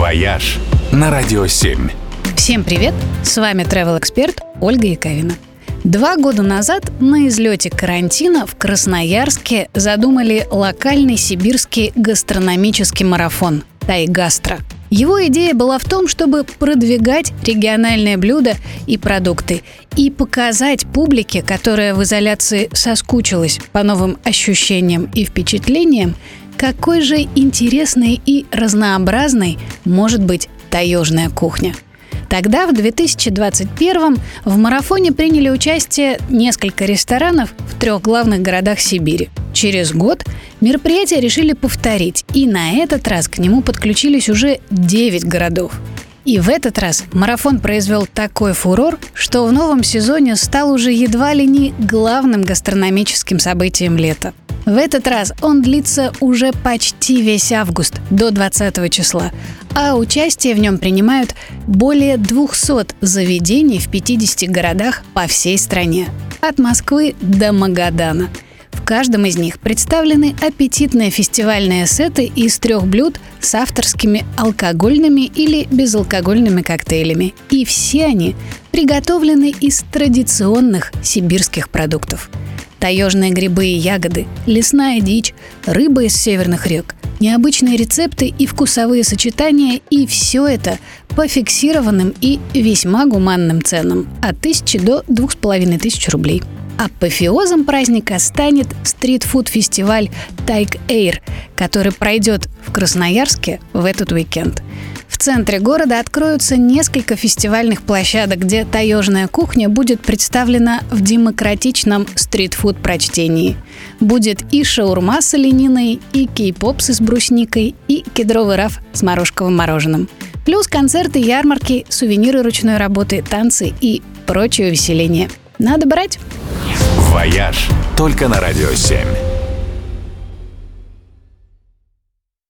«Вояж» на Радио 7. Всем привет! С вами travel-эксперт Ольга Яковина. 2 года назад на излете карантина в Красноярске задумали локальный сибирский гастрономический марафон «Тайгастро». Его идея была в том, чтобы продвигать региональные блюда и продукты и показать публике, которая в изоляции соскучилась по новым ощущениям и впечатлениям, какой же интересной и разнообразной может быть таежная кухня. Тогда, в 2021-м, в марафоне приняли участие несколько ресторанов в 3 главных городах Сибири. Через год мероприятие решили повторить, и на этот раз к нему подключились уже 9 городов. И в этот раз марафон произвел такой фурор, что в новом сезоне стал уже едва ли не главным гастрономическим событием лета. В этот раз он длится уже почти весь август, до 20 числа, а участие в нем принимают более 200 заведений в 50 городах по всей стране, от Москвы до Магадана. В каждом из них представлены аппетитные фестивальные сеты из 3 блюд с авторскими алкогольными или безалкогольными коктейлями. И все они приготовлены из традиционных сибирских продуктов. Таежные грибы и ягоды, лесная дичь, рыба из северных рек, необычные рецепты и вкусовые сочетания, и все это по фиксированным и весьма гуманным ценам – от 1000 до 2500 рублей. Апофеозом праздника станет стрит-фуд-фестиваль «Тайг Эйр», который пройдет в Красноярске в этот уикенд. В центре города откроются несколько фестивальных площадок, где таежная кухня будет представлена в демократичном стрит-фуд-прочтении. Будет и шаурма с олениной, и кей-попсы с брусникой, и кедровый раф с морожковым мороженым. Плюс концерты, ярмарки, сувениры ручной работы, танцы и прочее увеселение. Надо брать! «Вояж» только на Радио 7.